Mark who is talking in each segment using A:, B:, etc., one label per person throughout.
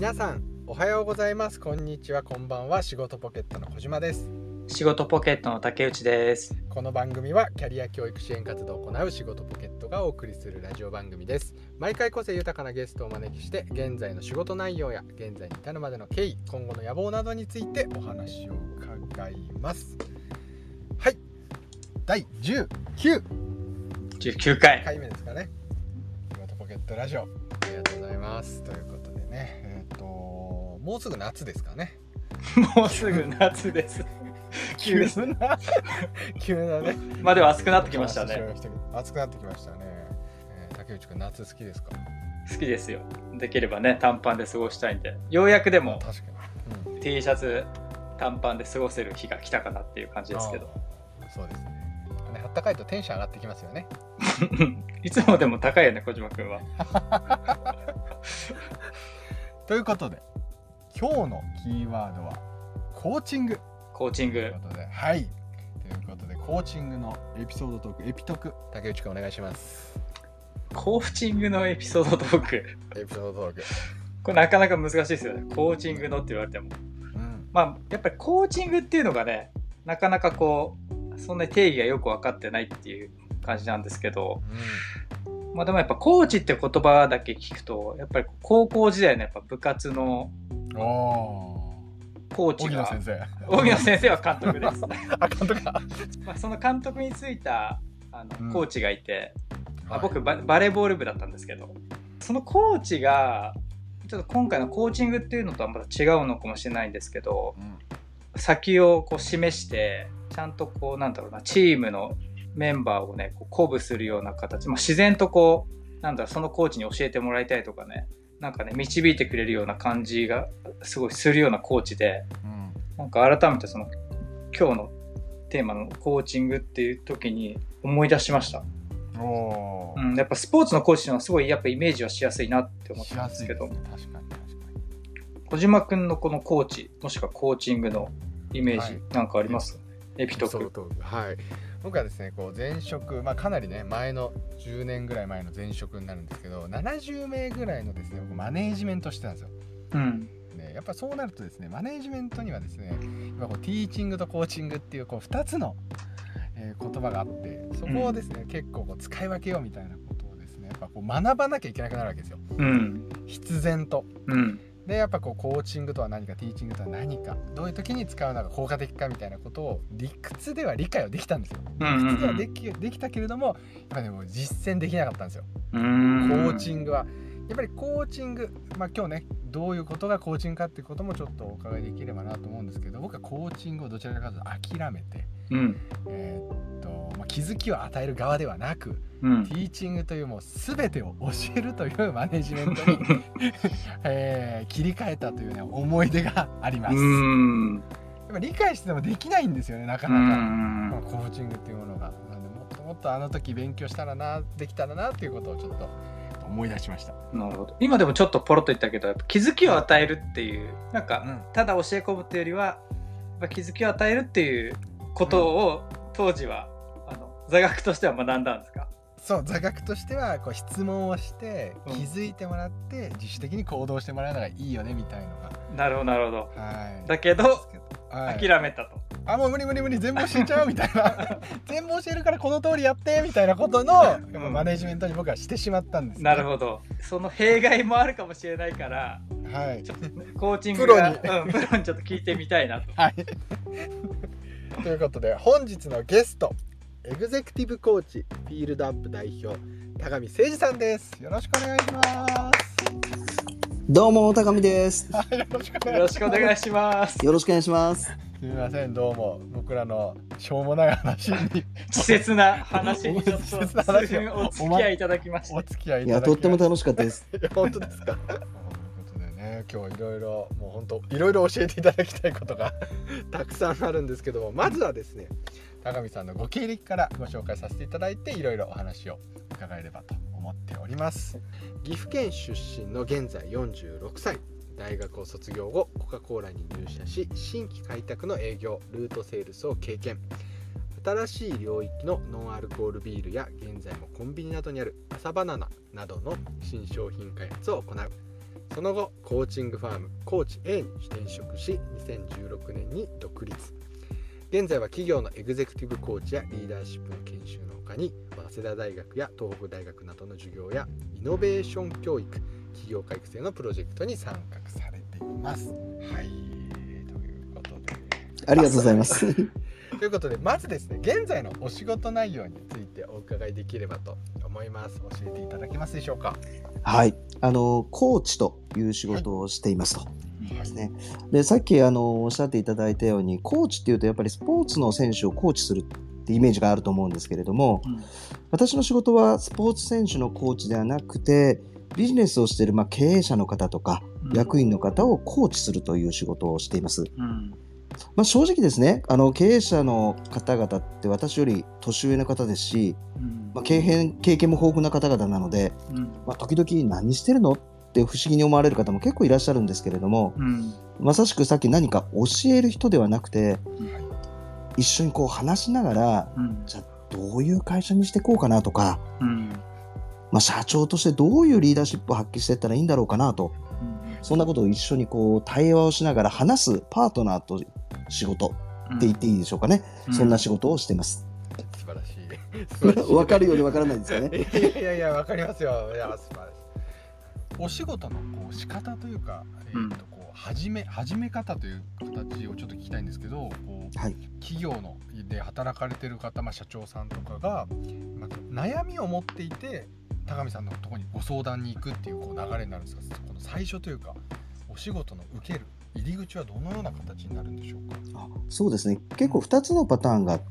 A: 皆さんおはようございます、こんにちは、こんばんは。仕事ポケットの小島です。
B: 仕事ポケットの竹内です。
A: この番組はキャリア教育支援活動を行う仕事ポケットがお送りするラジオ番組です。毎回個性豊かなゲストをお招きして現在の仕事内容や現在に至るまでの経緯、今後の野望などについてお話を伺います。はい、第19回目ですかね。仕事ポケットラジオ、ありがとうございます。ということでね、もうすぐ夏ですかね。
B: もうすぐ夏です
A: 急なね。
B: まあでも暑くなってきましたね。
A: 暑くなってきましたね。竹内くん夏好きですか？
B: 好きですよ。できればね短パンで過ごしたいんで、ようやくでも、
A: 確か
B: に、T シャツ短パンで過ごせる日が来たかなっていう感じですけど。
A: そうですね。あったかいとテンション上がってきますよね。
B: いつもでも高いよね、小島くんは。
A: ということで今日のキーワードはコーチング。ということで、はい。ということでコーチングのエピソードトーク、エピトク、竹内くんお願いします。
B: コーチングのエピソードトーク。これなかなか難しいですよね。コーチングのって言われても。まあやっぱりコーチングっていうのがね、なかなかこうそんなに定義がよく分かってないっていう感じなんですけど、まあでもやっぱコーチって言葉だけ聞くと、やっぱり高校時代のやっぱ部活のコーチが、荻野先生は監督です。
A: 監督か。
B: まあその監督についたコーチがいて、僕バレーボール部だったんですけど、そのコーチがちょっと今回のコーチングっていうのとはまた違うのかもしれないんですけど、先をこう示してちゃんとこうなんだろうな、チームのメンバーをねこう鼓舞するような形、自然とこうなんだろう、そのコーチに教えてもらいたいとかね、なんかね導いてくれるような感じがすごいするようなコーチで、なんか改めてその今日のテーマのコーチングっていう時に思い出しました。やっぱスポーツのコーチのはすごいやっぱイメージはしやすいなって思ったんですけど、
A: 確かに
B: 小島くんのこのコーチもしくはコーチングのイメージなんかあります？エピトーク。
A: はい。僕はですね、こう前職、かなりね前の10年ぐらい前の前職になるんですけど、70名ぐらいのですね僕マネージメントしてたんですよ。やっぱそうなるとですね、マネージメントにはですね、こうティーチングとコーチングっていうこう2つの、言葉があって、そこをですね、結構こう使い分けようみたいなことをですね、やっぱこう学ばなきゃいけなくなるわけですよ。必然と。でやっぱこうコーチングとは何か、ティーチングとは何か、どういう時に使うのが効果的かみたいなことを理屈では理解はできたんですよ。理屈ではできたけれども、やっぱでも実践できなかったんですよ。コーチングはやっぱりコーチング、今日ねどういうことがコーチングかっていうこともちょっとお伺いできればなと思うんですけど、僕はコーチングをどちらかというと諦めて、気づきを与える側ではなく、ティーチングというもう全てを教えるというマネジメントに、切り替えたというね思い出があります。やっぱ理解してもできないんですよね、なかなか、コーチングっていうものが。なんでもっともっとあの時勉強したらな、できたらなっていうことをちょっと思い出しました。
B: なるほど。今でもちょっとポロッと言ったけど、やっぱ気づきを与えるっていう、なんか、ただ教え込むっていうよりはやっぱ気づきを与えるっていうことを、当時は座学としては学んだんですか？
A: そう、座学としてはこう質問をして気づいてもらって自主的に行動してもらうのがいいよねみたいのが。
B: なるほどなるほど。だけど、諦めたと。
A: もう無理全部教えちゃうみたいな全部教えるからこの通りやってみたいなことのマネジメントに僕はしてしまったんです、ね。
B: なるほど。その弊害もあるかもしれないから、ちょっとコーチング
A: プロに
B: ちょっと聞いてみたいなと。
A: ということで本日のゲスト、エグゼクティブコーチフィールドアップ代表高見誠二さんです。よろしくお願いします。
C: どうも高見です。
B: よろしくお願いします。
C: よろしくお願いします。
A: すみません、どうも僕らのしょうもない話に
B: 稚拙な話にちょっと数分お付き合いいただきました。
C: いや、とっても楽しかったです。
A: 本当ですか。ということでね、今日いろいろもう本当いろいろ教えていただきたいことがたくさんあるんですけども、まずはですね、高見さんのご経歴からご紹介させていただいて、いろいろお話を伺えればと思っております。岐阜県出身の現在46歳、大学を卒業後コカ・コーラに入社し、新規開拓の営業、ルートセールスを経験。新しい領域のノンアルコールビールや現在もコンビニなどにある朝バナナなどの新商品開発を行う。 その後コーチングファームコーチ A に転職し、2016年に独立。現在は企業のエグゼクティブコーチやリーダーシップの研修の他に、早稲田大学や東北大学などの授業やイノベーション教育、企業家育成のプロジェクトに参画されています。はい、ということで
C: ありがとうございます。
A: ということで、まずですね、現在のお仕事内容についてお伺いできればと思います。教えていただけますでしょうか。
C: はい、コーチという仕事をしていますと。ですね。で、さっきおっしゃっていただいたように、コーチっていうとやっぱりスポーツの選手をコーチするってイメージがあると思うんですけれども、私の仕事はスポーツ選手のコーチではなくて、ビジネスをしている経営者の方とか役員の方をコーチするという仕事をしています。正直ですね、経営者の方々って私より年上の方ですし、経験も豊富な方々なので、時々何してるのって不思議に思われる方も結構いらっしゃるんですけれども、まさしくさっき何か教える人ではなくて、一緒に話しながら、じゃあどういう会社にしていこうかなとか、社長としてどういうリーダーシップを発揮していったらいいんだろうかなと、そんなことを一緒に対話をしながら話すパートナーと仕事って言っていいでしょうかね。そんな仕事をしています。
A: 素晴らしい。
C: わかるようでわからないですかね。
A: いやわかりますよ。いや素晴らしい。お仕事の仕方というか、始め方という形をちょっと聞きたいんですけど、企業ので働かれてる方、社長さんとかが、悩みを持っていて高見さんのところにご相談に行くっていう流れになるんですが、この最初というかお仕事の受ける入り口はどのような形になるんでしょうか。
C: そうですね、結構2つのパターンがあって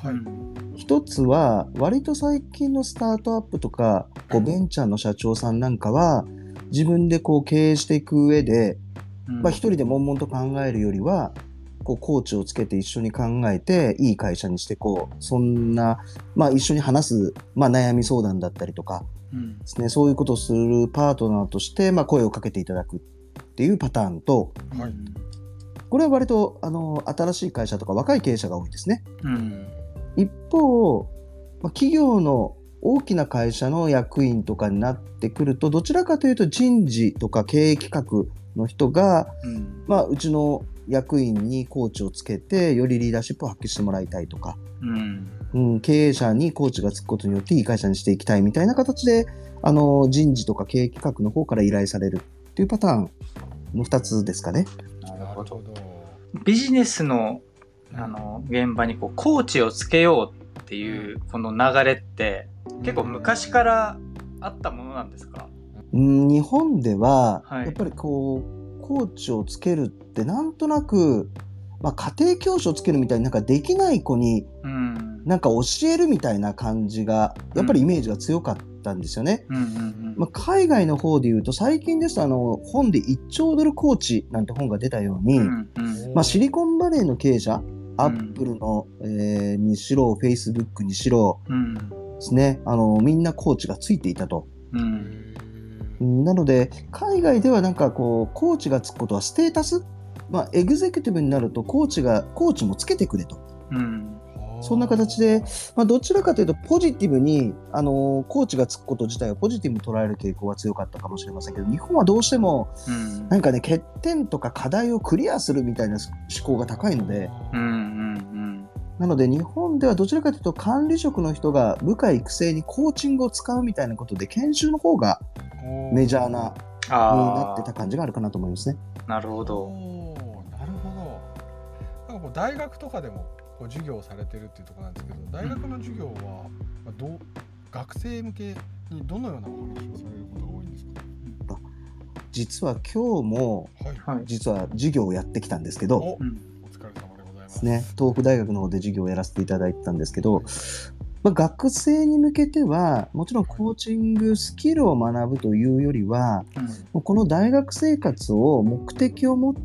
C: 、1つは割と最近のスタートアップとかベンチャーの社長さんなんかは自分で経営していく上で、一人で悶々と考えるよりはコーチをつけて一緒に考えていい会社にしてそんな、一緒に話す、悩み相談だったりとかですね、そういうことをするパートナーとして、声をかけていただくっていうパターンと、これは割と新しい会社とか若い経営者が多いですね。一方、企業の大きな会社の役員とかになってくると、どちらかというと人事とか経営企画の人が、うちの役員にコーチをつけてよりリーダーシップを発揮してもらいたいとか、経営者にコーチがつくことによっていい会社にしていきたいみたいな形で人事とか経営企画の方から依頼されるっていうパターンの2つですかね。
B: なるほど。ビジネスの現場にコーチをつけようっていうこの流れって結構昔からあったものなんですか？
C: 日本ではやっぱりコーチをつけるってなんとなく、家庭教師をつけるみたいにできない子に教えるみたいな感じがやっぱりイメージが強かったんですよね。海外の方でいうと最近ですと本で1兆ドルコーチなんて本が出たように、シリコンバレーの経営者、アップルの、にしろフェイスブックにしろですね、みんなコーチがついていたと。なので海外ではコーチがつくことはステータス、エグゼクティブになるとコーチもつけてくれと、そんな形で、どちらかというとポジティブにコーチがつくこと自体はポジティブに捉える傾向は強かったかもしれませんけど、日本はどうしても欠点とか課題をクリアするみたいな思考が高いので、なので日本ではどちらかというと管理職の人が部下育成にコーチングを使うみたいなことで研修の方がメジャーなになってた感じがあるかなと思いますね。
B: なるほど。
A: なるほど。大学とかでも授業をされてるっていうところなんですけど、大学の授業は学生向けにどのようなお話をされることが多いんですか？
C: 実は今日も、実は授業をやってきたんですけど、
A: お疲れ様でございます
C: ね、東北大学の方で授業をやらせていただいてたんですけど、学生に向けてはもちろんコーチングスキルを学ぶというよりは、この大学生活を目的を持って、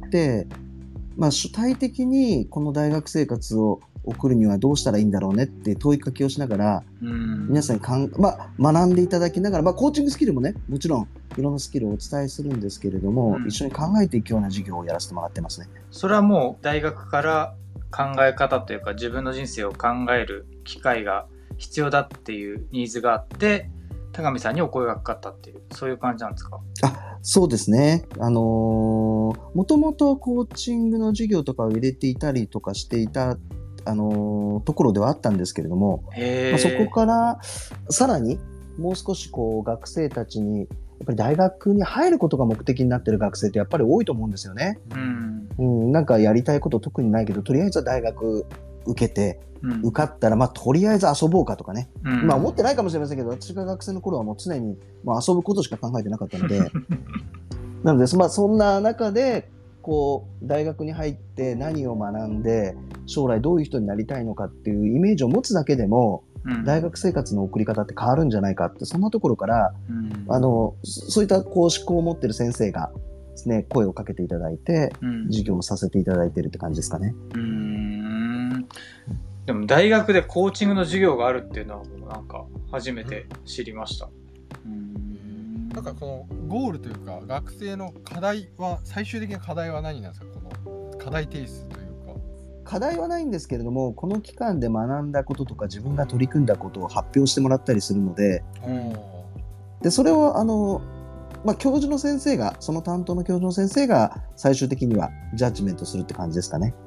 C: 主体的にこの大学生活を送るにはどうしたらいいんだろうねって問いかけをしながら、皆さんに学んでいただきながら、コーチングスキルもね、もちろんいろんなスキルをお伝えするんですけれども、一緒に考えていくような授業をやらせてもらってますね。
B: それはもう大学から考え方というか自分の人生を考える機会が必要だっていうニーズがあって、高見さんにお声がかかったっていう、そういう感じなんですか？
C: そうですね。もともとコーチングの授業とかを入れていたりとかしていた、ところではあったんですけれども、そこからさらにもう少しこう学生たちにやっぱり大学に入ることが目的になっている学生ってやっぱり多いと思うんですよね。なんかやりたいこと特にないけど、とりあえずは大学受けて、受かったらとりあえず遊ぼうかとかね、思ってないかもしれませんけど、私が学生の頃はもう常に、遊ぶことしか考えてなかったのでなので、そんな中でこう大学に入って何を学んで将来どういう人になりたいのかっていうイメージを持つだけでも、大学生活の送り方って変わるんじゃないかって、そんなところから、そういったこう思考を持ってる先生がですね、声をかけていただいて、授業をさせていただいているって感じですかね。
B: でも大学でコーチングの授業があるっていうのはなんか初めて知りました。
A: なんかこのゴールというか、学生の課題は、最終的な課題は何なんですか？この課題提出というか。
C: 課題はないんですけれども、この期間で学んだこととか自分が取り組んだことを発表してもらったりするので、でそれを教授の先生が、その担当の教授の先生が最終的にはジャッジメントするって感じですかね。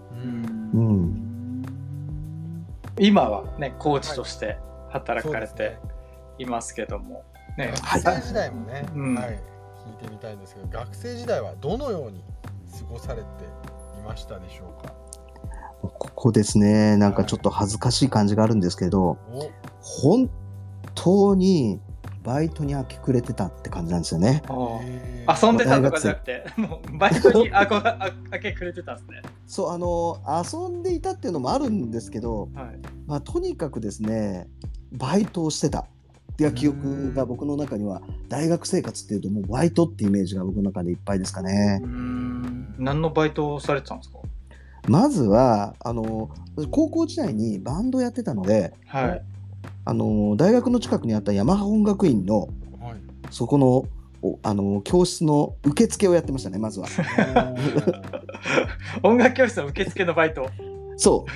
B: 今はね、コーチとして働かれていますけども、
A: 学生時代もね、聞いてみたいんですけど、学生時代はどのように過ごされていましたでしょうか？
C: ここですね、なんかちょっと恥ずかしい感じがあるんですけど、本当にバイトに明け暮れてたって感じなんですよね。
B: 遊んでたとかじゃなくて、もうバイトに明け暮れてたんですね。
C: そう、遊んでいたっていうのもあるんですけど、とにかくですね、バイトをしてたっていう記憶が僕の中には、大学生活っていうともうバイトってイメージが僕の中でいっぱいですかね。
B: 何のバイトをされてたんですか？
C: まずは高校時代にバンドやってたので、大学の近くにあったヤマハ音楽院の、そこの教室の受付をやってましたね、まずは。
B: 音楽教室の受付のバイト。
C: そう、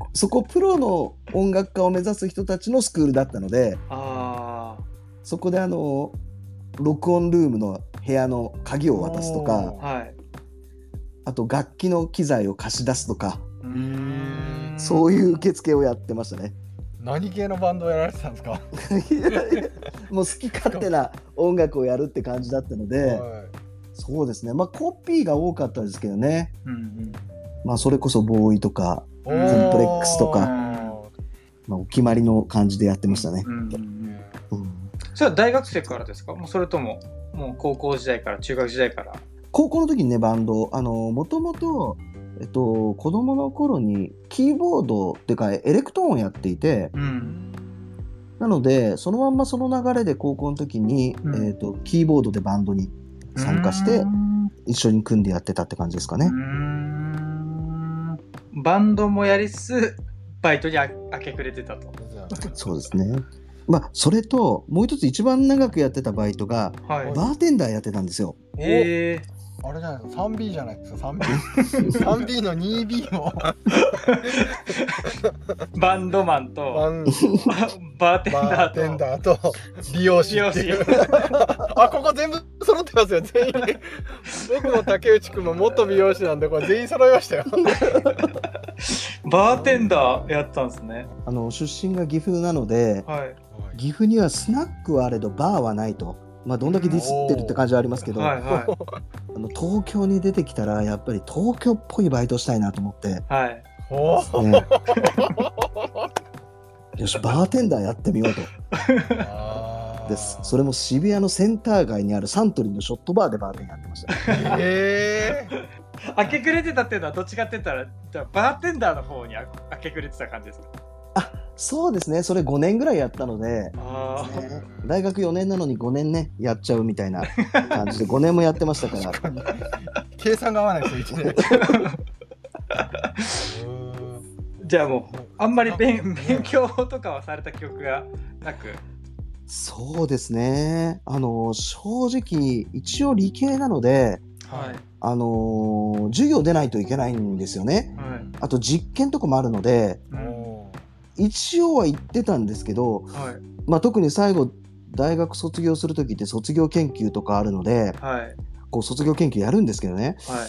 C: そこプロの音楽家を目指す人たちのスクールだったので、そこで録音ルームの部屋の鍵を渡すとか、あと楽器の機材を貸し出すとか、そういう受付をやってましたね。
A: 何系のバンドをやられてたんですか？
C: もう好き勝手な音楽をやるって感じだったので、そうですね、コピーが多かったですけどね、それこそボーイとかコンプレックスとか、お決まりの感じでやってましたね。
B: それは大学生からですか？それとももう高校時代から、中学時代から？
C: 高校の時にね、バンドもともと子供の頃にキーボードっていうかエレクトーンをやっていて、なのでそのまんまその流れで高校の時に、キーボードでバンドに参加して一緒に組んでやってたって感じですかね。
B: バンドもやりつつバイトに明け暮れてたと。
C: そうですね。それともう一つ一番長くやってたバイトが、バーテンダーやってたんですよ。
A: あれじゃないですか、3B じゃないですか、3B の 2B を
B: バンドマンとバーテンダーと
A: 美容師っていうここ全部揃ってますよ、全員。僕も竹内くんも元美容師なんで、これ全員揃いましたよ。
B: バーテンダーやったんですね。
C: 出身が岐阜なので、岐阜にはスナックはあれどバーはないと、どんだけディスってるって感じはありますけど、東京に出てきたらやっぱり東京っぽいバイトしたいなと思って、よしバーテンダーやってみようとです。それも渋谷のセンター街にあるサントリーのショットバーでバーテンやってました。
B: 明け暮れてたっていうのはどっちかって言ったら、じゃあバーテンダーの方に明け暮れてた感じですか？
C: そうですね、それ5年ぐらいやったので、大学4年なのに5年ねやっちゃうみたいな感じで5年もやってましたから。
A: 計算が合わないですよ、1年。
B: じゃあもうあんまり勉強とかはされた記憶がなく？
C: そうですね、正直一応理系なので、授業出ないといけないんですよね。あと実験とかもあるので、一応は行ってたんですけど、特に最後大学卒業する時って卒業研究とかあるので、
B: はい、
C: こう卒業研究やるんですけどね、
B: はい、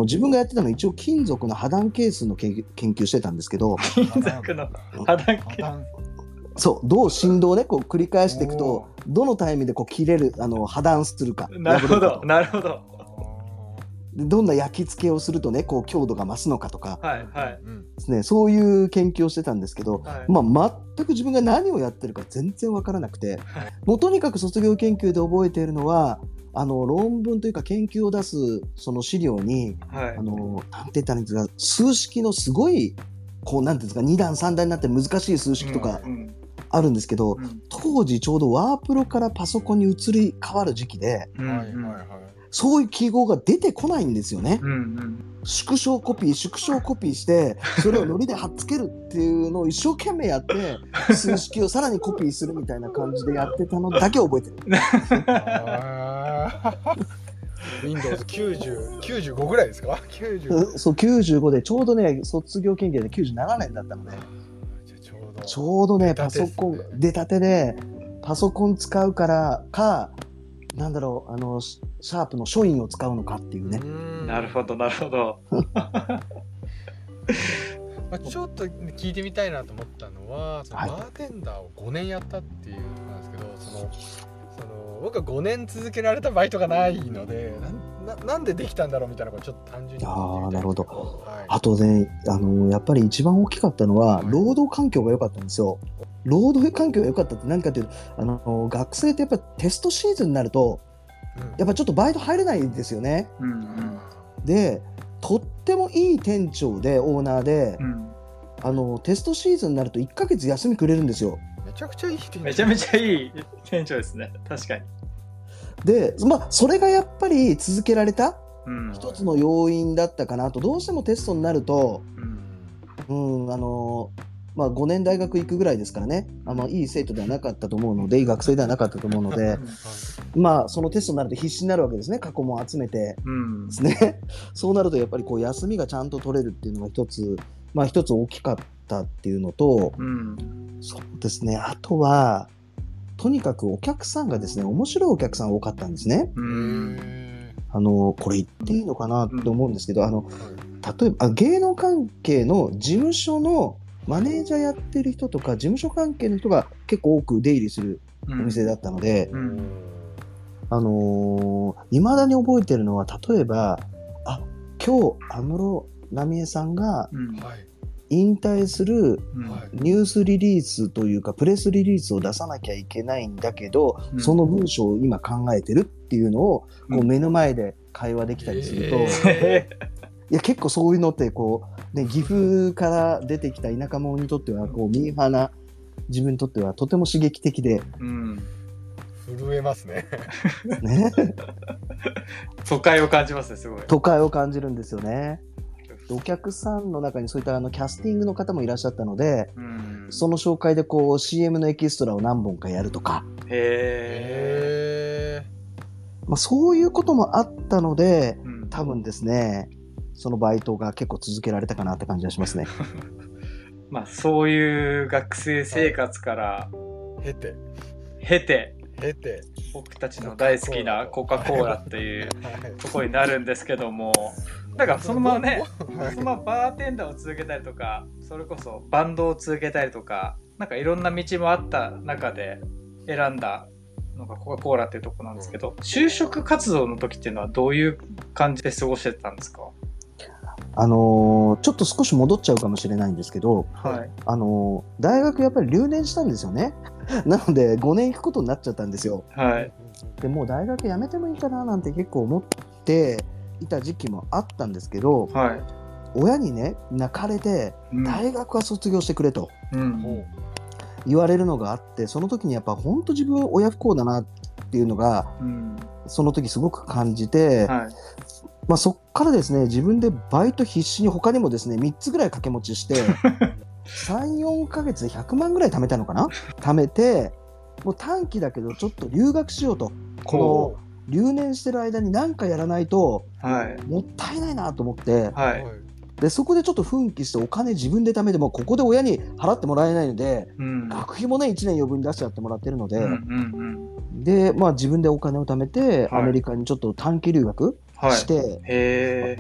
C: 自分がやってたのは一応金属の破断係数の研究してたんですけど、
B: 金属の破断係
C: そうどう振動をねこう繰り返していくとどのタイミングでこう切れる破断するか。
B: なるほどなるほど。
C: どんな焼き付けをするとねこう強度が増すのかとか、
B: はいはい
C: ですね、そういう研究をしてたんですけど、
B: はい、
C: まあ、全く自分が何をやってるか全然わからなくて、はい、もうとにかく卒業研究で覚えているのは論文というか研究を出すその資料に、はい、なんて言ったらいいんですか、数式のすごいこうなんていうんですか2段3段になって難しい数式とかあるんですけど、当時ちょうどワープロからパソコンに移り変わる時期で、そういう記号が出てこないんですよね。縮小コピーしてそれを糊で貼っつけるっていうのを一生懸命やって数式をさらにコピーするみたいな感じでやってたのだけ覚えてる。
A: Windows95 ぐらいですか？95。
C: そう95でちょうどね卒業研究で97年だったので、ちょうどねパソコン出たてでパソコン使うからかなんだろうシャープの書院を使うのかっていうね。
B: なるほどなるほど。
A: ちょっと聞いてみたいなと思ったのはそのバーテンダーを5年やったっていうことなんですけど、その僕は5年続けられたバイトがないのでなんでできたんだろうみたいなことちょっと単純に聞いてみたいんですけど。
C: なるほど、
A: はい、
C: あとねやっぱり一番大きかったのは、労働環境が良かったんですよ。労働環境が良かったって何かというと学生ってやっぱテストシーズンになると、やっぱちょっとバイト入れないんですよね。でとってもいい店長でオーナーで、テストシーズンになると1ヶ月休みくれるんですよ。
A: めちゃくちゃいい店長。
B: めちゃめちゃいい店長ですね。確かに。で
C: それがやっぱり続けられた一つの要因だったかなと。どうしてもテストになると、5年大学行くぐらいですからね、いい生徒ではなかったと思うので、いい学生ではなかったと思うのでそのテストになると必死になるわけですね。過去問集めてですね、そうなるとやっぱりこう休みがちゃんと取れるっていうのが一つ大きかったっていうのと、そうですね、あとはとにかくお客さんがですね面白いお客さん多かったんですね。これ言っていいのかなと思うんですけど、例えば芸能関係の事務所のマネージャーやってる人とか事務所関係の人が結構多く出入りするお店だったので、未だに覚えてるのは、例えば今日安室奈美恵さんが引退するニュースリリースというかプレスリリースを出さなきゃいけないんだけど、その文章を今考えてるっていうのをこう目の前で会話できたりすると、いや結構そういうのってこう、ね、岐阜から出てきた田舎者にとってはこうミーハーな自分にとってはとても刺激的で、
A: 震えますね。
C: ね
B: 都会を感じますね。すごい
C: 都会を感じるんですよね。お客さんの中にそういったキャスティングの方もいらっしゃったので、その紹介でこう CM のエキストラを何本かやるとか、そういうこともあったので、多分ですねそのバイトが結構続けられたかなって感じがしますね。
B: そういう学生生活から経て僕たちの大好きなコカ・コーラっていうところになるんですけども、だからそのままね、そのままバーテンダーを続けたりとか、それこそバンドを続けたりとか、なんかいろんな道もあった中で選んだのがコカ・コーラっていうところなんですけど、就職活動の時っていうのはどういう感じで過ごしてたんですか？
C: ちょっと少し戻っちゃうかもしれないんですけど、大学やっぱり留年したんですよね。なので5年行くことになっちゃったんですよ。でもう大学辞めてもいいかななんて結構思っていた時期もあったんですけど、親にね泣かれて、大学は卒業してくれと言われるのがあって、その時にやっぱ本当自分親不孝だなっていうのが、その時すごく感じて、そっからですね自分でバイト必死に他にもですね3つぐらい掛け持ちして3、4ヶ月で100万ぐらい貯めたのかな。貯めてもう短期だけどちょっと留学しようと、この留年してる間に何かやらないともったいないなと思って、 でそこでちょっと奮起してお金自分で貯めてもここで親に払ってもらえないので、学費もね1年余分に出してやってもらってるので、でまあ自分でお金を貯めてアメリカにちょっと短期留学して、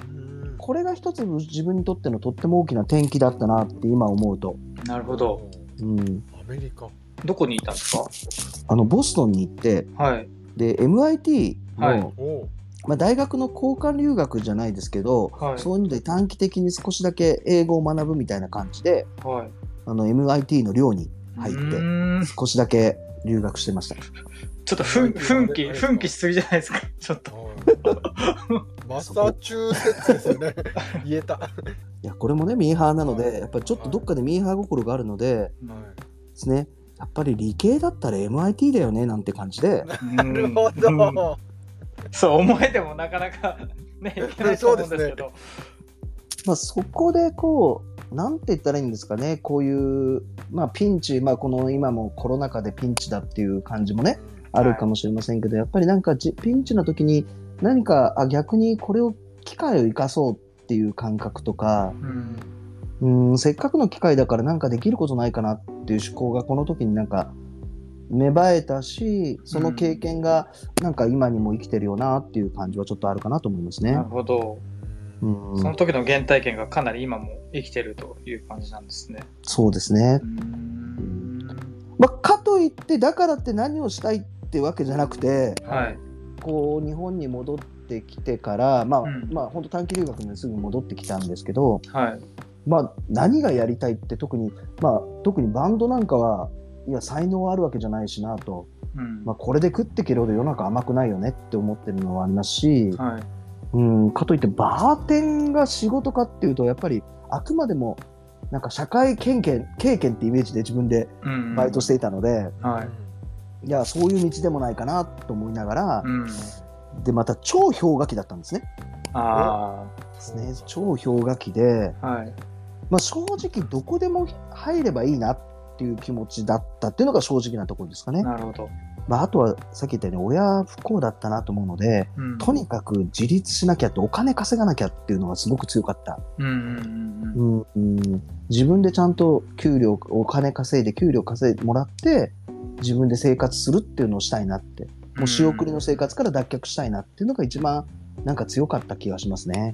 C: これが一つ自分にとってのとっても大きな転機だったなって今思うと。
B: なるほど。
A: アメリカ
B: どこにいたんですか？
C: ボストンに行って、で MIT の、まあ、大学の交換留学じゃないですけど、そういうので短期的に少しだけ英語を学ぶみたいな感じで、MIT の寮に入って少しだけ留学してました。
B: ちょっと奮起しすぎじゃないですか。ちょっと
A: マサチューセッツですよね。言えた。
C: いやこれもねミーハーなのでやっぱりちょっとどっかでミーハー心があるので、ですね。やっぱり理系だったら MIT だよねなんて感じで。
A: なるほど。
B: そう思えてもなかなかねいけないと思うんですけど。
C: まあそこでこうなんて言ったらいいんですかね、こういうまあピンチ、まあこの今もコロナ禍でピンチだっていう感じもね、あるかもしれませんけど、やっぱりなんかピンチの時に何か逆にこれを機会を生かそうっていう感覚とか、せっかくの機会だからなんかできることないかなっていう思考がこの時になんか芽生えたし、その経験がなんか今にも生きてるよなっていう感じはちょっとあるかなと思いますね。
B: なるほど。その時の原体験がかなり今も生きてるという感じなんですね。
C: そうですね。まあ、かといってだからって何をしたいってわけじゃなくて、こう日本に戻ってきてから、まあ本当短期留学ですぐ戻ってきたんですけど、まあ何がやりたいって特にバンドなんかはいや才能あるわけじゃないしなと、まあこれで食っていけるほど世の中甘くないよねって思ってるのはありますし、かといってバーテンが仕事かっていうとやっぱりあくまでもなんか社会経験ってイメージで自分でバイトしていたので、いやそういう道でもないかなと思いながら、でまた超氷河期だったんですね。超氷河期で、まあ、正直どこでも入ればいいなっていう気持ちだったっていうのが正直なところですかね。
B: なるほど。
C: まあ、あとはさっき言ったように親不幸だったなと思うので、とにかく自立しなきゃってお金稼がなきゃっていうのがすごく強かった。自分でちゃんとお金稼いで給料稼いでもらって自分で生活するっていうのをしたいなって、もう仕送りの生活から脱却したいなっていうのが一番なんか強かった気がしますね。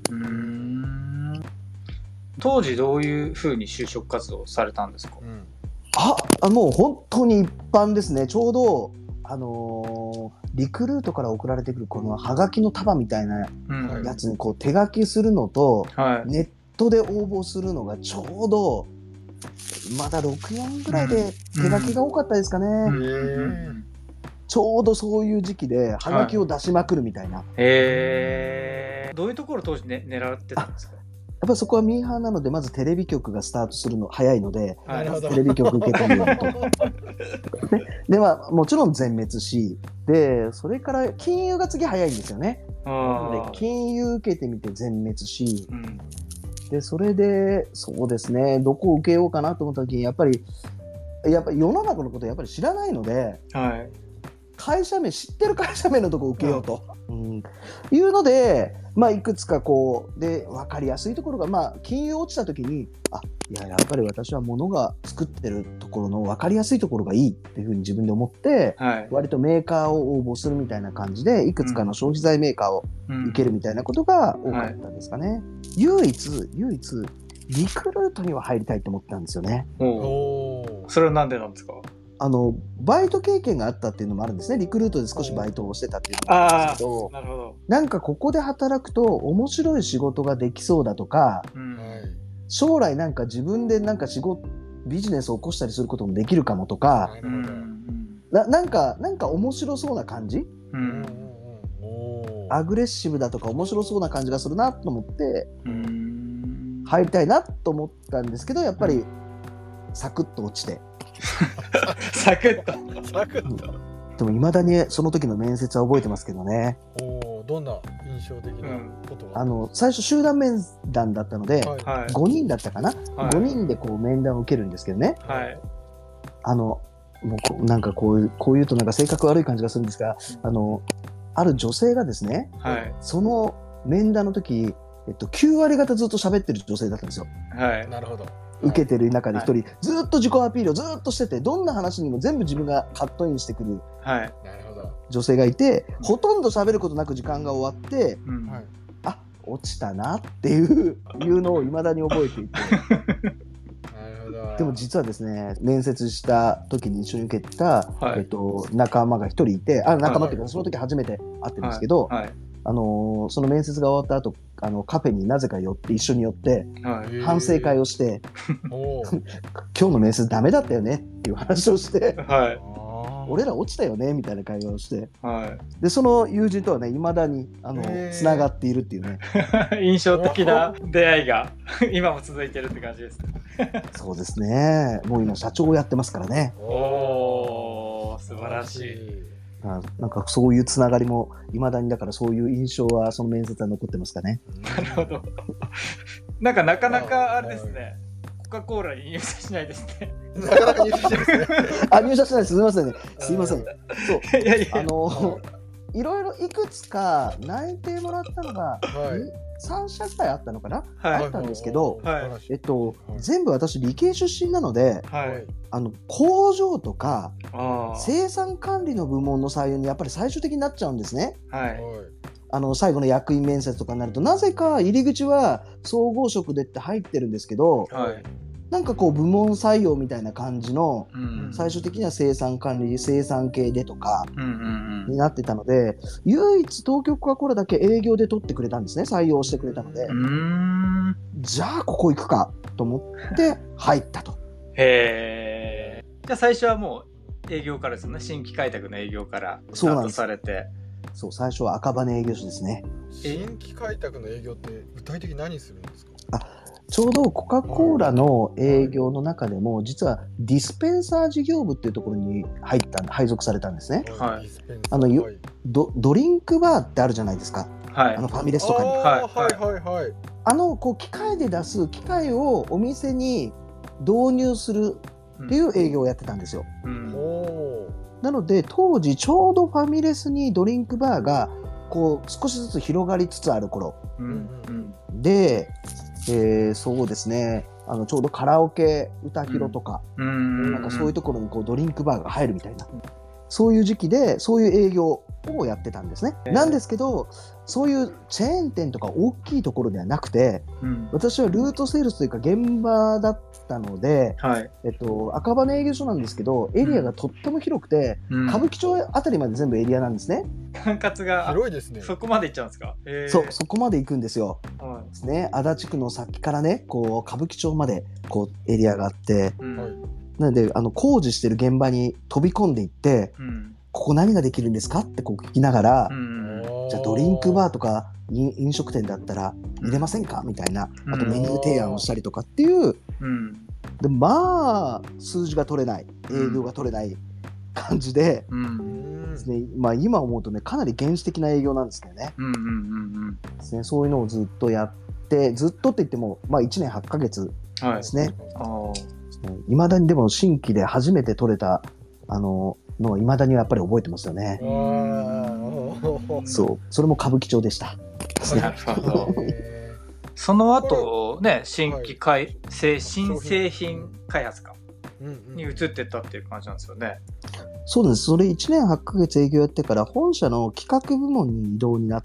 B: 当時どういうふうに就職活動されたんですか？
C: もう本当に一般ですね。ちょうどリクルートから送られてくるこのハガキの束みたいなやつにこう手書きするのと、ネットで応募するのがちょうどまだ64ぐらいで手書きが多かったですかね。ちょうどそういう時期でハガキを出しまくるみたいな。
B: どういうところ当時狙ってたんですか？
C: やっぱりそこはミーハーなのでまずテレビ局がスタートするの早いので、テレビ局受けてみようとでまあもちろん全滅し、でそれから金融が次早いんですよね。で金融受けてみて全滅し、でそれでそうですね、どこを受けようかなと思った時にやっぱり世の中のことやっぱり知らないので、会社名知ってる会社名のところを受けようと、いうので、まあ、いくつかこうで分かりやすいところが、まあ、金融落ちた時にやっぱり私は物が作ってるところの分かりやすいところがいいっていうふうに自分で思って、割とメーカーを応募するみたいな感じでいくつかの消費財メーカーを受けるみたいなことが多かったですかね。唯一リクルートには入りたいと思ったんですよね。
B: それはなんでなんですか？
C: バイト経験があったっていうのもあるんですね。リクルートで少しバイトをしてたっていうのもあるんですけど、なんかここで働くと面白い仕事ができそうだとか、将来なんか自分でなんかビジネスを起こしたりすることもできるかもとか、なんか面白そうな感じ、アグレッシブだとか面白そうな感じがするなと思って入りたいなと思ったんですけど、やっぱりサクッと落ちて
B: サクッと
C: でも未だにその時の面接は覚えてますけどね。
A: どんな印象的なことが、
C: 最初集団面談だったので、5人だったかな、5人でこう面談を受けるんですけどね、もうなんかこう言うとなんか性格悪い感じがするんですが、ある女性がですね、その面談の時 9割方ずっと喋ってる女性だったんですよ。
B: はい。
A: なるほど。
C: 受けてる中で一人、ずっと自己アピールをずっとしてて、どんな話にも全部自分がカットインしてくる女性がいて、ほとんど喋ることなく時間が終わって、あ、落ちたなっていうのを未だに覚えていてでも実はですね、面接した時に一緒に受けた、仲間が一人いて、仲間っていうかその時初めて会ってるんですけど、その面接が終わった後カフェになぜか一緒に寄って、反省会をして今日の面接ダメだったよねっていう話をして、俺ら落ちたよねみたいな会話をして、でその友人とはね未だにつながっているっていうね
B: 印象的な出会いが今も続いてるって感じです
C: そうですね。もう今社長をやってますからね。
B: おー、素晴らしい。
C: なんかそういうつながりも未だに、だからそういう印象はその面接は残ってますかね。
B: なるほど。なかなかあれですね、コカ・コーラに入社しないですね。
A: なかなか入社しないですね。
C: 入社しないです。すみませんね。すいません。そう。いろいろいくつか内定もらったのが、3社ぐらいあったのかな、あったんですけど、全部私理系出身なので、工場とか生産管理の部門の採用にやっぱり最終的になっちゃうんですね。最後の役員面接とかになると、なぜか入り口は総合職でって入ってるんですけど、なんかこう部門採用みたいな感じの、最終的には生産管理、生産系でとかになってたので、唯一東京コカ・コーラだけ営業で取ってくれたんですね。採用してくれたので、じゃあここ行くかと思って入ったと。
B: へー。じゃあ最初はもう営業からですね。新規開拓の営業からスタートされて。
C: そう、最初は赤羽営業所ですね。
A: 新規開拓の営業って具体的に何するんですか？
C: ちょうどコカ・コーラの営業の中でも、実はディスペンサー事業部っていうところに配属されたんですね。ドリンクバーってあるじゃないですか。ファミレスとかに。こう機械で出す機械をお店に導入するっていう営業をやってたんですよ。なので当時ちょうどファミレスにドリンクバーがこう少しずつ広がりつつある頃で、そうですね、ちょうどカラオケ歌広とか、なんかそういうところにこうドリンクバーが入るみたいな、そういう時期でそういう営業をやってたんですね。なんですけど、そういうチェーン店とか大きいところではなくて、私はルートセールスというか現場だったので、赤羽営業所なんですけど、エリアがとっても広くて、歌舞伎町あたりまで全部エリアなんですね。
B: 管轄が
A: 広いですね。
B: そこまで行っちゃうんですか？
C: そこまで行くんですよ。ですね、足立区の先からね、こう歌舞伎町までこうエリアがあって、なので工事してる現場に飛び込んでいって、ここ何ができるんですかってこう聞きながら、じゃあドリンクバーとか飲食店だったら入れませんかみたいな、あとメニュー提案をしたりとかっていう、でまあ数字が取れない、営業が取れない感じで、ですね、今思うとね、かなり原始的な営業なんですけどね。ですね、そういうのをずっとやって、ずっとって言っても、1年8ヶ月ですね。いまだにでも新規で初めて取れたのをいまだにやっぱり覚えてますよね。そう、それも歌舞伎町でした。
B: なるほど。その後ね、新製品開発に移ってったっていう感じなんですよね。
C: そうです。それ1年8ヶ月営業やってから本社の企画部門に異動になって、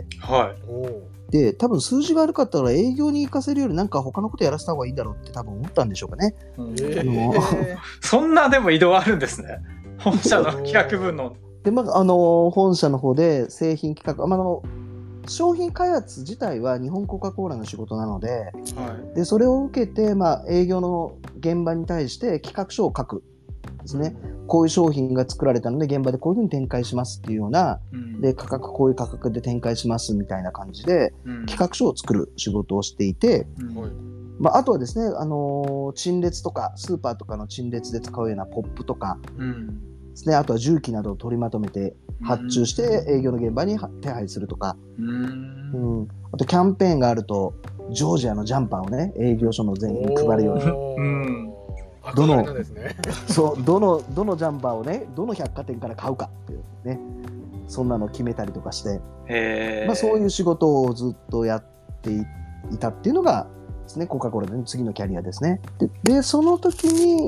C: で多分数字が悪かったら営業に行かせるよりなんか他のことやらせた方がいいんだろうって多分思ったんでしょうかね。
B: そんなでも移動あるんですね。本社の企画部の。
C: で本社の方で製品企画、商品開発自体は日本コカ・コーラの仕事なので、でそれを受けて、営業の現場に対して企画書を書くですね。こういう商品が作られたので現場でこういうふうに展開しますっていうような、でこういう価格で展開しますみたいな感じで、企画書を作る仕事をしていて、あとはですね、陳列とかスーパーとかの陳列で使うようなポップとかですね、あとは重機などを取りまとめて発注して営業の現場に手配するとか、あとキャンペーンがあるとジョージアのジャンパーをね、営業所の全員に配るように、どのジャンパーをね、どの百貨店から買うかっていうね、そんなの決めたりとかして、そういう仕事をずっとやっっていたっていうのがですね、コカ・コーラの次のキャリアですね。でその時に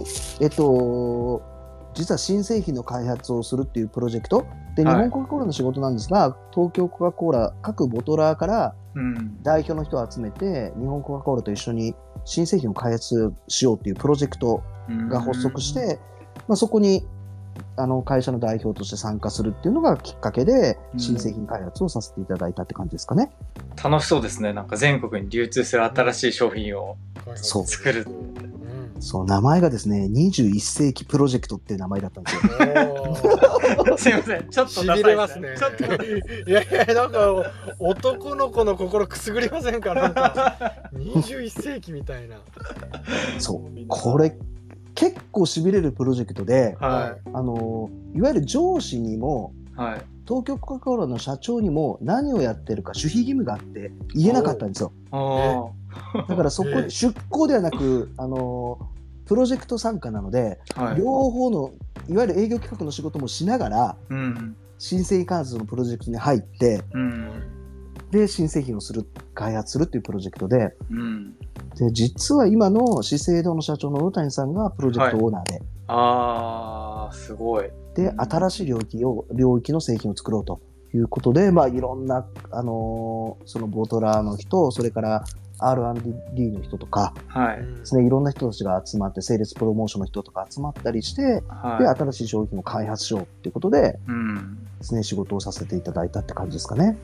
C: 実は新製品の開発をするっていうプロジェクトで、日本コカ・コーラの仕事なんですが、東京コカ・コーラ各ボトラーから代表の人を集めて、日本コカ・コーラと一緒に新製品を開発しようっていうプロジェクトが発足して、そこに会社の代表として参加するっていうのがきっかけで、新製品開発をさせていただいたって感じですかね。
B: 楽しそうですね。なんか全国に流通する新しい商品を作る。
C: そう、名前がですね、21世紀プロジェクトっていう名前だったんですよ。
B: すいません、ちょっとダサいですね。
A: いやいや、なんか男の子の心くすぐりませんか？なんか21世紀みたいな。
C: そう、これ結構しびれるプロジェクトで、いわゆる上司にも、東京コカ・コーラの社長にも何をやってるか守秘義務があって言えなかったんですよ。だからそこ出向ではなくプロジェクト参加なので、両方のいわゆる営業企画の仕事もしながら、新製品開発のプロジェクトに入って、で新製品を開発するっていうプロジェクトで、で実は今の資生堂の社長の大谷さんがプロジェクトオーナーで、
B: すごい。
C: で新しい領域の製品を作ろうということで、いろんなそのボトラーの人、それから R&D の人とかですね、いろんな人たちが集まって、セールスプロモーションの人とか集まったりして、で新しい商品を開発しようっていうことで、ですね、仕事をさせていただいたって感じですかね。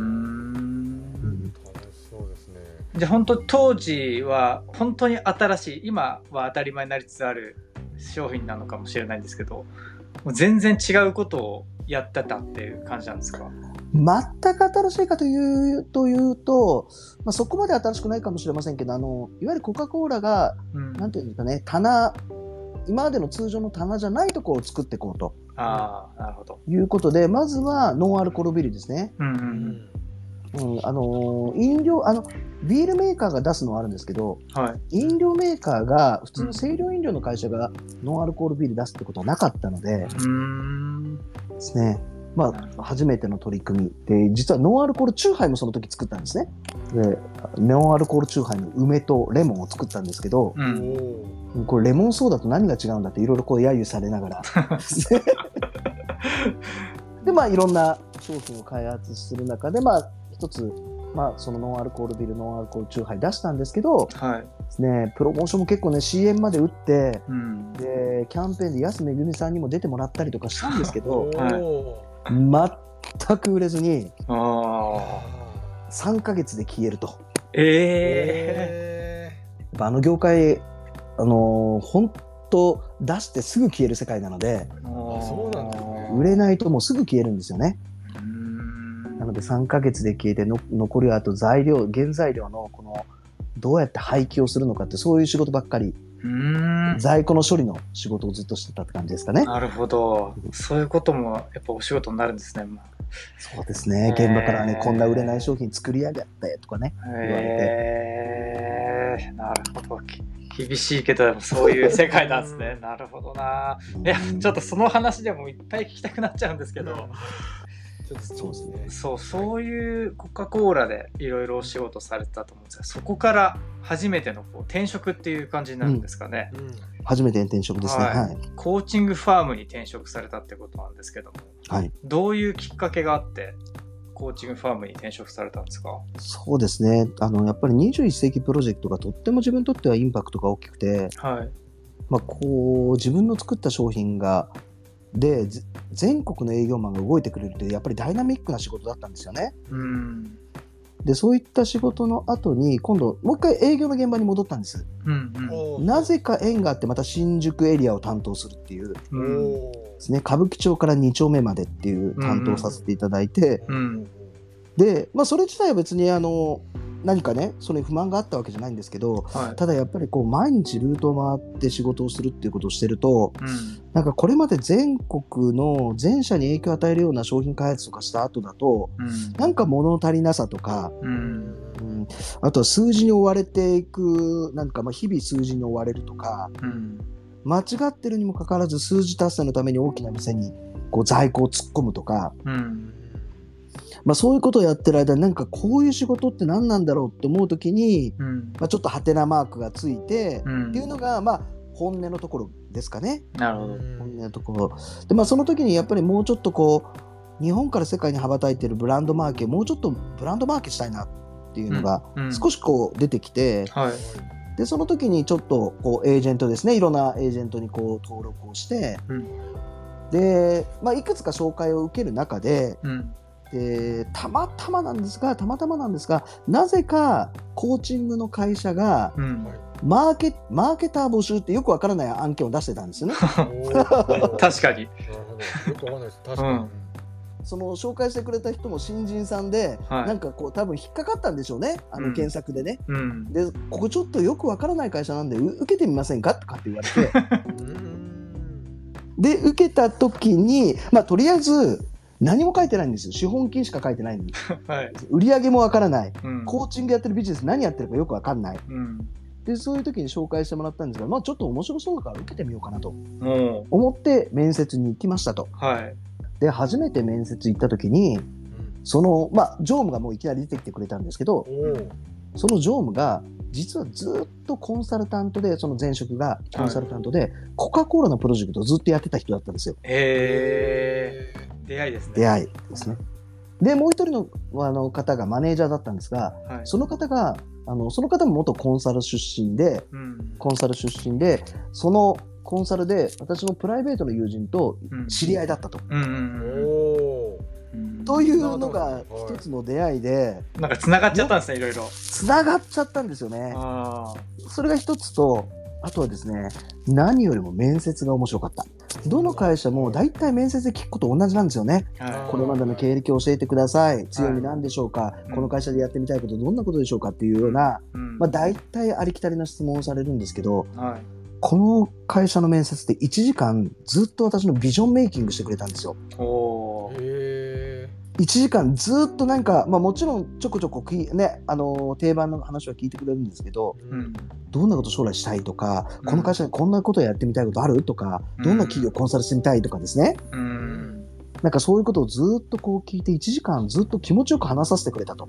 B: じゃあ本当当時は本当に新しい、今は当たり前になりつつある商品なのかもしれないんですけど、もう全然違うことをやってたっていう感じなんですか？
C: 全く新しいかというと、そこまで新しくないかもしれませんけど、いわゆるコカ・コーラが、なんていうんですかね、今までの通常の棚じゃないところを作っていこうと
B: なるほど
C: いうことで、まずはノンアルコールビールですね。飲料ビールメーカーが出すのはあるんですけど、飲料メーカーが普通の清涼飲料の会社がノンアルコールビール出すってことはなかったのでですね、初めての取り組みで、実はノンアルコールチューハイもその時作ったんですね。でノンアルコールチューハイの梅とレモンを作ったんですけど、これレモンソーダと何が違うんだっていろいろ揶揄されながらでいろんな商品を開発する中で一つ、そのノンアルコールビール、ノンアルコールチューハイ出したんですけど、ですね、プロモーションも結構ね CM まで打って、でキャンペーンで安めぐみさんにも出てもらったりとかしたんですけど、全く売れずに3ヶ月で消えると。業界本当出してすぐ消える世界なので、売れないともうすぐ消えるんですよね。なので3ヶ月で消えて残りはあと原材料のどうやって廃棄をするのかって、そういう仕事ばっかり、在庫の処理の仕事をずっとしてたって感じですかね。
B: なるほど、そういうこともやっぱお仕事になるんですね。
C: そうですね、現場からね、こんな売れない商品作り上げたよとかね、言われて。
B: なるほど、厳しいけどそういう世界なんですね。なるほどな。いやちょっとその話でもいっぱい聞きたくなっちゃうんですけど、
C: そうですね。
B: そういうコカ・コーラでいろいろお仕事されてたと思うんですが、そこから初めての転職っていう感じになるんですかね。
C: 初めての転職ですね。
B: コーチングファームに転職されたってことなんですけども、どういうきっかけがあってコーチングファームに転職されたんですか？
C: そうですね、やっぱり21世紀プロジェクトがとっても自分にとってはインパクトが大きくて、自分の作った商品で全国の営業マンが動いてくれるってやっぱりダイナミックな仕事だったんですよね。でそういった仕事の後に今度もう一回営業の現場に戻ったんです。なぜか縁があってまた新宿エリアを担当するっていうですね、歌舞伎町から2丁目までっていう担当させていただいて、で、それ自体は別に何かねそれ不満があったわけじゃないんですけど、ただやっぱり毎日ルートを回って仕事をするっていうことをしてると、なんかこれまで全国の全社に影響を与えるような商品開発とかした後だと、なんか物足りなさとか、あとは数字に追われていく、なんか日々数字に追われるとか、間違ってるにもかかわらず数字達成のために大きな店に在庫を突っ込むとか、 そういうことをやってる間になんかこういう仕事って何なんだろうって思うときに、ちょっとハテナマークがついて、っていうのが本音のところですかね。
B: なるほど。
C: 本音のところで、その時にやっぱりもうちょっとこう日本から世界に羽ばたいてるブランドマーケもうちょっとブランドマーケしたいなっていうのが少しこう出てきて、でその時にちょっとこうエージェントですね、いろんなエージェントにこう登録をして、で、いくつか紹介を受ける中で、たまたまなんですがなぜかコーチングの会社が、マーケター募集ってよくわからない案件を出してたんですよね。
B: 確かに。
A: よくわかんないです。確かに。
C: その紹介してくれた人も新人さんで、なんかこう多分引っかかったんでしょうね、検索でね。で、ここちょっとよくわからない会社なんで受けてみませんかとかって言われてで受けた時にとりあえず何も書いてないんですよ。資本金しか書いてないのに、売り上げもわからない、コーチングやってるビジネス何やってるかよくわかんない、でそういう時に紹介してもらったんですが、ちょっと面白そうだから受けてみようかなと思って面接に行きましたと。で初めて面接行った時にその、常務がもういきなり出てきてくれたんですけど、その常務が実はずっとコンサルタントで、その前職がコンサルタントで、コカ・コーラのプロジェクトをずっとやってた人だったんですよ。
B: 出会いですね。
C: 出会いですね。でもう一人の方がマネージャーだったんですが、その方も元コンサル出身で、そのコンサルで私のプライベートの友人と知り合いだったと。というのが一つの出会いで、
B: なんか繋がっちゃったんですね、いろいろ。
C: 繋がっちゃったんですよね。それが一つと、あとはですね、何よりも面接が面白かった。どの会社も大体面接で聞くこと同じなんですよね。これまでの経歴を教えてください。強み何でしょうか、この会社でやってみたいことどんなことでしょうかっていうような、大体ありきたりな質問をされるんですけど、この会社の面接で1時間ずっと私のビジョンメイキングしてくれたんですよ。1時間ずっとなんか、もちろんちょこちょこね、定番の話は聞いてくれるんですけど、どんなこと将来したいとか、この会社でこんなことやってみたいことあるとか、どんな企業コンサルしてみたいとかですね、なんかそういうことをずっとこう聞いて1時間ずっと気持ちよく話させてくれたと。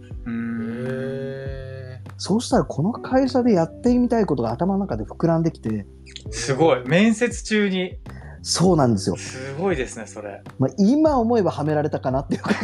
C: そうしたらこの会社でやってみたいことが頭の中で膨らんできて、
B: すごい、面接中に。
C: そうなんですよ。
B: すごいですね、それ。
C: 今思えばはめられたかなっていう感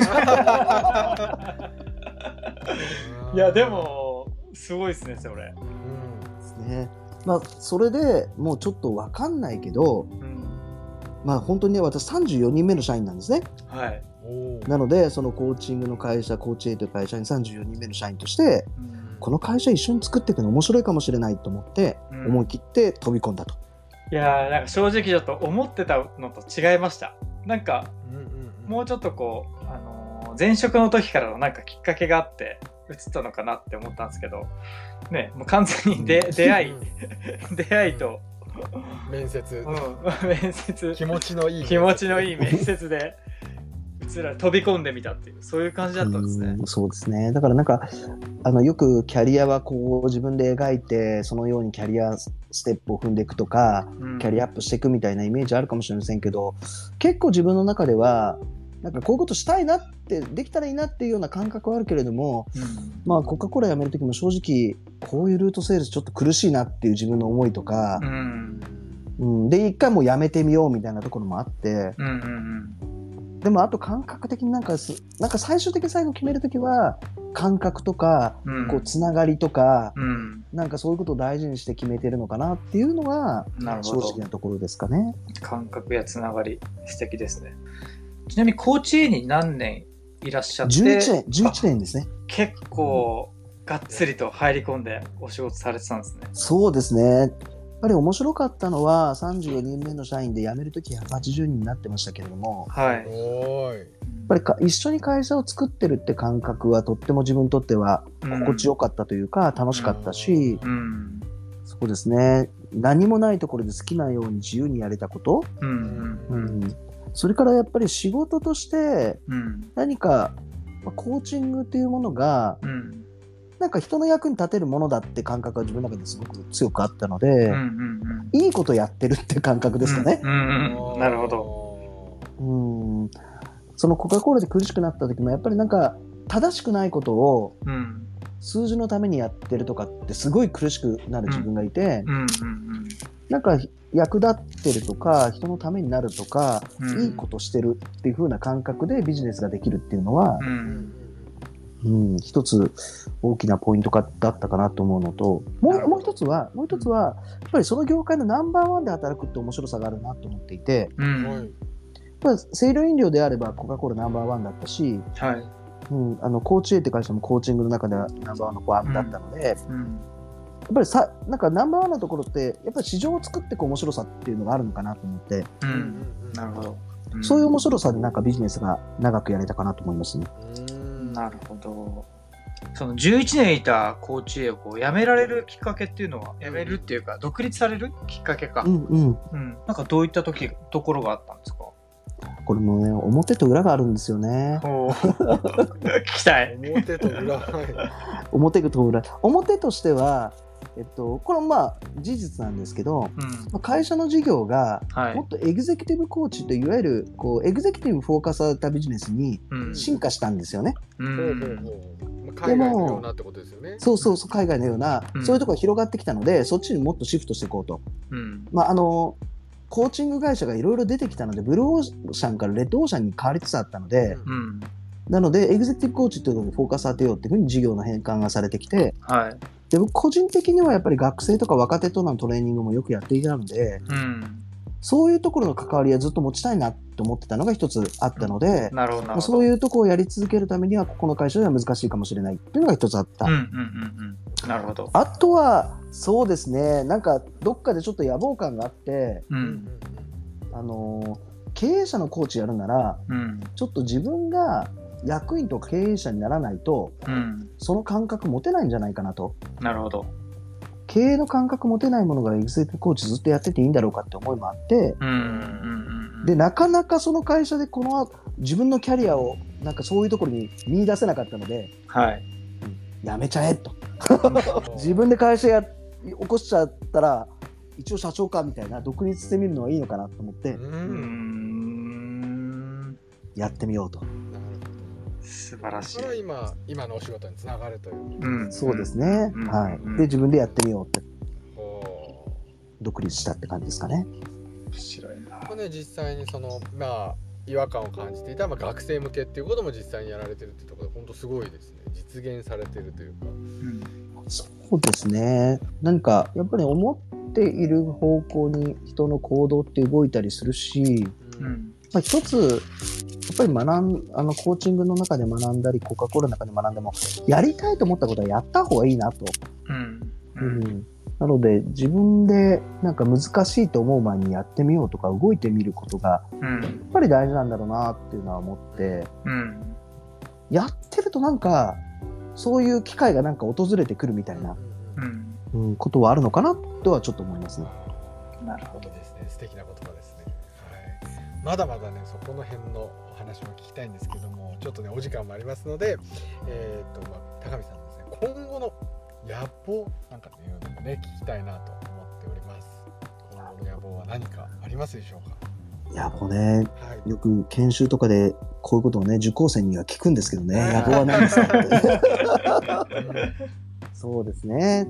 B: じ。いや、でもすごいですね、それ。
C: ですね。それでもうちょっと分かんないけど、本当にね、私34人目の社員なんですね。なのでそのコーチングの会社、コーチエイという会社に34人目の社員として、この会社一緒に作っていくの面白いかもしれないと思って、思い切って飛び込んだと。
B: いやー、なんか正直ちょっと思ってたのと違いました。なんか、もうちょっとこう、前職の時からのなんかきっかけがあって移ったのかなって思ったんですけど、ね、もう完全に出会いと
A: 面接、
B: 面接、
A: 気持ちのいい
B: 面接で飛び込んでみたっていう、そういう感じだったんですね。
C: そうですね。だからなんかよくキャリアはこう自分で描いて、そのようにキャリアステップを踏んでいくとか、キャリアアップしていくみたいなイメージあるかもしれませんけど、結構自分の中ではなんかこういうことしたいなって、できたらいいなっていうような感覚はあるけれども、コカ・コーラ辞める時も正直こういうルートセールスちょっと苦しいなっていう自分の思いとか、で一回もうやめてみようみたいなところもあって、でもあと感覚的になんか最終的に最後決めるときは感覚とか、こうつながりとか、なんかそういうことを大事にして決めてるのかなっていうのが正直なところですかね。
B: 感覚やつながり素敵ですね。ちなみにコーチ A に何年いらっしゃって？
C: 11年ですね。
B: 結構がっつりと入り込んでお仕事されてたんですね。
C: そうですね。やっぱり面白かったのは34人目の社員で辞めるとき180人になってましたけれども、やっぱり一緒に会社を作ってるって感覚はとっても自分にとっては心地よかったというか、楽しかったし、そうですね、何もないところで好きなように自由にやれたこと、それからやっぱり仕事として何かコーチングっていうものが、なんか人の役に立てるものだって感覚が自分の中ですごく強くあったので、いいことやってるって感覚ですかね。
B: なるほど。
C: そのコカ・コーラで苦しくなった時もやっぱりなんか正しくないことを数字のためにやってるとかってすごい苦しくなる自分がいて、なんか役立ってるとか人のためになるとか、いいことしてるっていう風な感覚でビジネスができるっていうのは、一つ大きなポイントだったかなと思うのと、もう一つはやっぱりその業界のナンバーワンで働くって面白さがあるなと思っていて、清涼飲料であればコカ・コーラナンバーワンだったし、コーチ A って会社もコーチングの中ではナンバーワンのワンだったので、やっぱりなんかナンバーワンのところってやっぱり市場を作っていく面白さっていうのがあるのかなと思って、
B: なるほど、
C: そういう面白さでなんかビジネスが長くやれたかなと思いますね。
B: なるほど。その11年いたコーチ A をこう辞められるきっかけっていうのは、辞めるっていうか独立されるきっかけか、なんかどういったところがあったんですか？
C: これもね、表と裏があるんですよね。
B: 聞きたい。
A: 表と裏。
C: 表と裏。表としては、これも事実なんですけど、会社の事業がもっとエグゼクティブコーチといわゆるこうエグゼクティブフォーカスされたビジネスに進化したんですよね。
A: 海外のようなってことですよね。
C: そう海外のような、そういうところが広がってきたので、そっちにもっとシフトしていこうと。コーチング会社がいろいろ出てきたので、ブルーオーシャンからレッドオーシャンに変わりつつあったので、なのでエグゼクティブコーチというのにフォーカス当てようっていうふうに事業の変換がされてきて、で僕個人的にはやっぱり学生とか若手とのトレーニングもよくやっていたので、そういうところの関わりはずっと持ちたいなと思ってたのが一つあったので、そういうところをやり続けるためにはここの会社では難しいかもしれないっていうのが一つあった。
B: なるほど。
C: あとはそうですね、なんかどっかでちょっと野望感があって、経営者のコーチやるなら、ちょっと自分が役員とか経営者にならないと、その感覚持てないんじゃないかなと。
B: なるほど。
C: 経営の感覚持てないものがエグゼクティブコーチずっとやってていいんだろうかって思いもあって、でなかなかその会社でこの自分のキャリアをなんかそういうところに見出せなかったので、やめちゃえと自分で会社起こしちゃったら一応社長かみたいな独立してみるのはいいのかなと思ってやってみようと。
B: 素晴らしい。
A: それは今のお仕事につながるという。
C: そうですね。で自分でやってみようって独立したって感じですかね。
B: 面白いな。
A: 実際にその違和感を感じていた学生向けっていうことも実際にやられてるっていうところで本当すごいですね。実現されてるというか。
C: そうですね。何かやっぱり思っている方向に人の行動って動いたりするし、一つやっぱりコーチングの中で学んだりコカ・コーラの中で学んでもやりたいと思ったことはやった方がいいなと。なので自分でなんか難しいと思う前にやってみようとか動いてみることがやっぱり大事なんだろうなっていうのは思って、やってるとなんかそういう機会がなんか訪れてくるみたいな、ことはあるのかなとはちょっと思いますね。
B: なるほど
A: ですね。素敵な言葉ですね。まだまだねそこの辺のお話も聞きたいんですけども、ちょっとねお時間もありますので、高見さんのですね今後の野望なんかっていうのもね聞きたいなと思っております。今後の野望は何かありますでしょうか？
C: 野望ね、よく研修とかでこういうことをね受講生には聞くんですけどね、野望は何ですか？そうですね。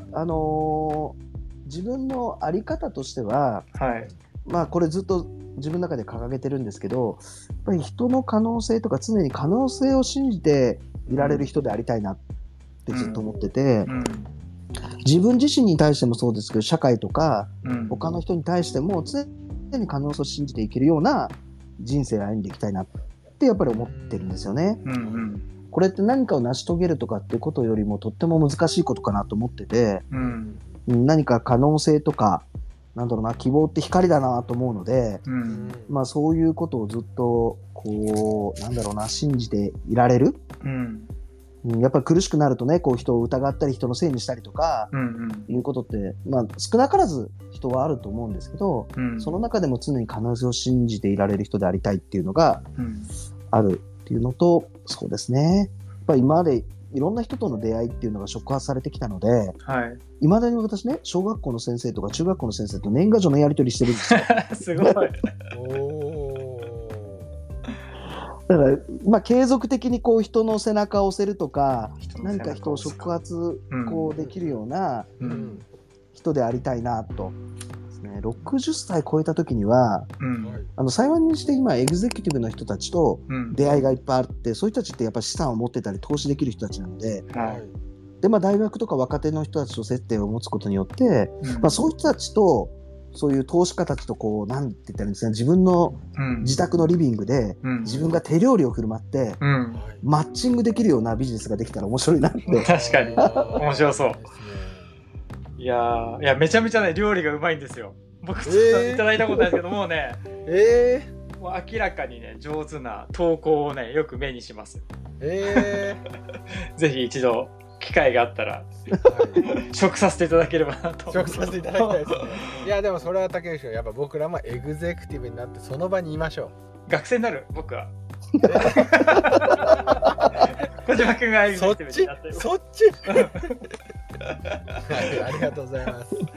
C: 自分の在り方としては、これずっと自分の中で掲げてるんですけど、やっぱり人の可能性とか常に可能性を信じていられる人でありたいなってずっと思ってて、自分自身に対してもそうですけど社会とか他の人に対しても常に可能性を信じていけるような人生を歩んでいきたいなってやっぱり思ってるんですよね。これって何かを成し遂げるとかっていうことよりもとっても難しいことかなと思ってて、何か可能性とかなんだろうな、希望って光だなと思うので、そういうことをずっとこうなんだろうな信じていられる、やっぱり苦しくなるとねこう人を疑ったり人のせいにしたりとか、いうことって、少なからず人はあると思うんですけど、その中でも常に可能性を信じていられる人でありたいっていうのがあるっていうのと、そうですね、やっぱり今までいろんな人との出会いっていうのが触発されてきたので、いまだに私ね小学校の先生とか中学校の先生と年賀状のやり取りしてるんですよ。
B: すごい。
C: だからまあ継続的にこう人の背中を押せるとか、何か人を触発こうできるような人でありたいなと。60歳超えた時には、幸いにして今エグゼクティブの人たちと出会いがいっぱいあって、そういう人たちってやっぱり資産を持ってたり投資できる人たちなので、でまあ、大学とか若手の人たちと接点を持つことによって、まあ、そういう人たちとそういう投資家たちとこうなんて言ったらいいんですかね、自分の自宅のリビングで自分が手料理を振る舞ってマッチングできるようなビジネスができたら面白いなって。
B: 確かに面白そう。いやめちゃめちゃね料理がうまいんですよ。僕いただいたことないですけどもうね、もう明らかにね上手な投稿をねよく目にします。ぜひ一度機会があったら、食させていただければなと。
A: 食させていただきたいですね。いやでもそれは竹内君、やっぱ僕らもエグゼクティブになってその場にいましょ
B: う。学生になる僕は。小島君がエグゼクティブになってる。
A: そっちはい、ありがとうございます。はい。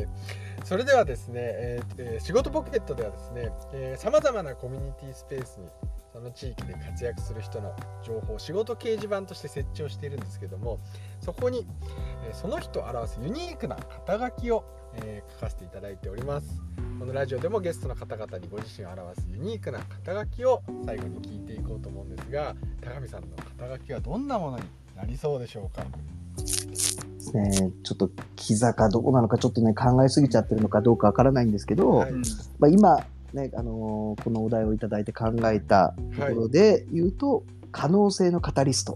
A: それではですね、仕事ポケットではですね、さまざまなコミュニティスペースにその地域で活躍する人の情報を仕事掲示板として設置をしているんですけども、そこに、その人を表すユニークな肩書きを、書かせていただいております。このラジオでもゲストの方々にご自身を表すユニークな肩書きを最後に聞いていこうと思うんですが、高見さんの肩書きはどんなものになりそうでしょうか。
C: ちょっとキザかどこなのかちょっとね考えすぎちゃってるのかどうかわからないんですけど、まあ、今ね、このお題をいただいて考えたところで言うと、可能性のカタリスト。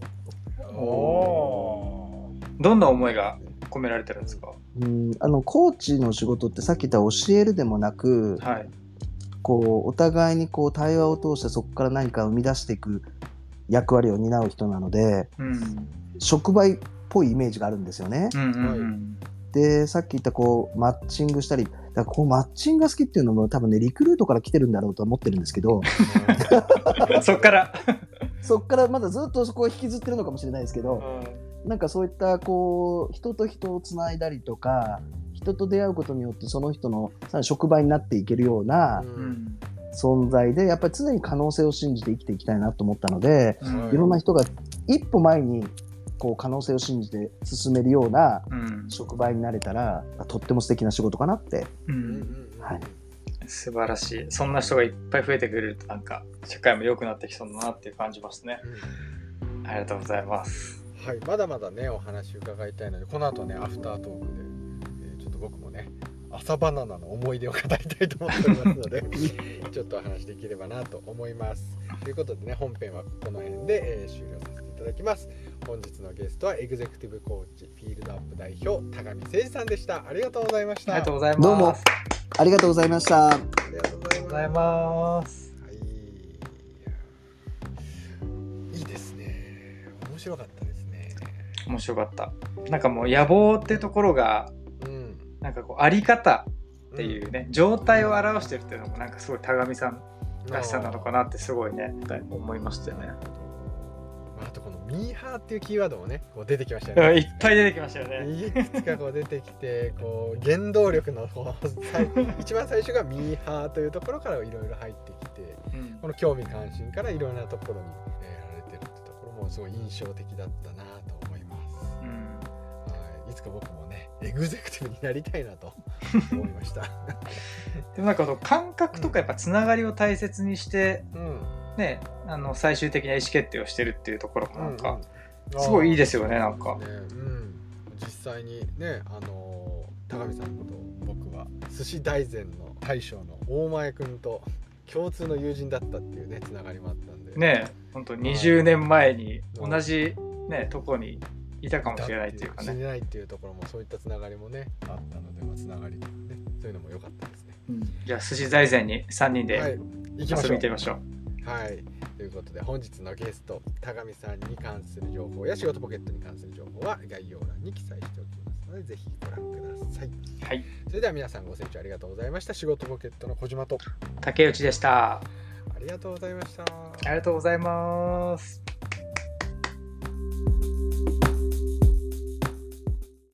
B: どんな思いが込められてるんですか？
C: コーチの仕事ってさっき言った教えるでもなく、こうお互いにこう対話を通してそこから何か生み出していく役割を担う人なので、触媒っぽいイメージがあるんですよね。でさっき言ったこうマッチングしたり、だからこうマッチングが好きっていうのも多分ねリクルートから来てるんだろうとは思ってるんですけど
B: そっから
C: まだずっとそこを引きずってるのかもしれないですけど、なんかそういったこう人と人をつないだりとか人と出会うことによってその人の触媒になっていけるような存在で、やっぱり常に可能性を信じて生きていきたいなと思ったので、いろんな人が一歩前にこう可能性を信じて進めるような触媒になれたら、とっても素敵な仕事かなって、
B: 素晴らしい。そんな人がいっぱい増えてくれるとなんか社会も良くなってきそうだなっていう感じますね。ありがとうございます。
A: はい、まだまだねお話伺いたいので、この後ねアフタートークで、ちょっと僕もね朝バナナの思い出を語りたいと思っておりますのでちょっとお話できればなと思います。ということでね、本編はこの辺で、終了させていただきます。本日のゲストはエグゼクティブコーチフィールドアップ代表高見誠二さんでした。ありがとうございました。
B: ありがとうございます。
C: どうもありがとうございました。
A: ありがとうございます。いいですね。面白かったですね。
B: 面白かった。なんかもう野望っていうところが、なんかこうあり方っていうね、状態を表してるっていうのもなんかすごい高見さんらしさなのかなってすごいね思いましたよね。
A: あとこのミーハーっていうキーワードもねこう出てきましたよね。
B: いっぱい出てきましたよね。
A: いくつかこう出てきて、こう原動力の一番最初がミーハーというところからいろいろ入ってきて、この興味関心からいろんなところにやられてるってところもすごい印象的だったなと思います。いつか僕もねエグゼクティブになりたいなと思いました
B: でもなんか感覚とかやっぱつながりを大切にして、ね、最終的な意思決定をしてるっていうところもなんかすごいいいですよね。なんか、
A: 実際にね高見さんと僕は寿司大膳の大将の大前くんと共通の友人だったっていうねつながりもあったんでね、
B: 本当20年前に同じねとこにいたかもしれないっていうかね。
A: 知れないっていうところもそういったつながりもねあったので、つながりねそういうのも良かったですね。
B: じゃあ寿司大膳に3人で遊びに行ってみましょう。
A: はい、ということで本日のゲスト高見さんに関する情報や仕事ポケットに関する情報は概要欄に記載しておきますのでぜひご覧ください。
B: はい、
A: それでは皆さんご清聴ありがとうございました。仕事ポケットの小島と
B: 竹内でした。
A: ありがとうございました。
B: ありがとうございます。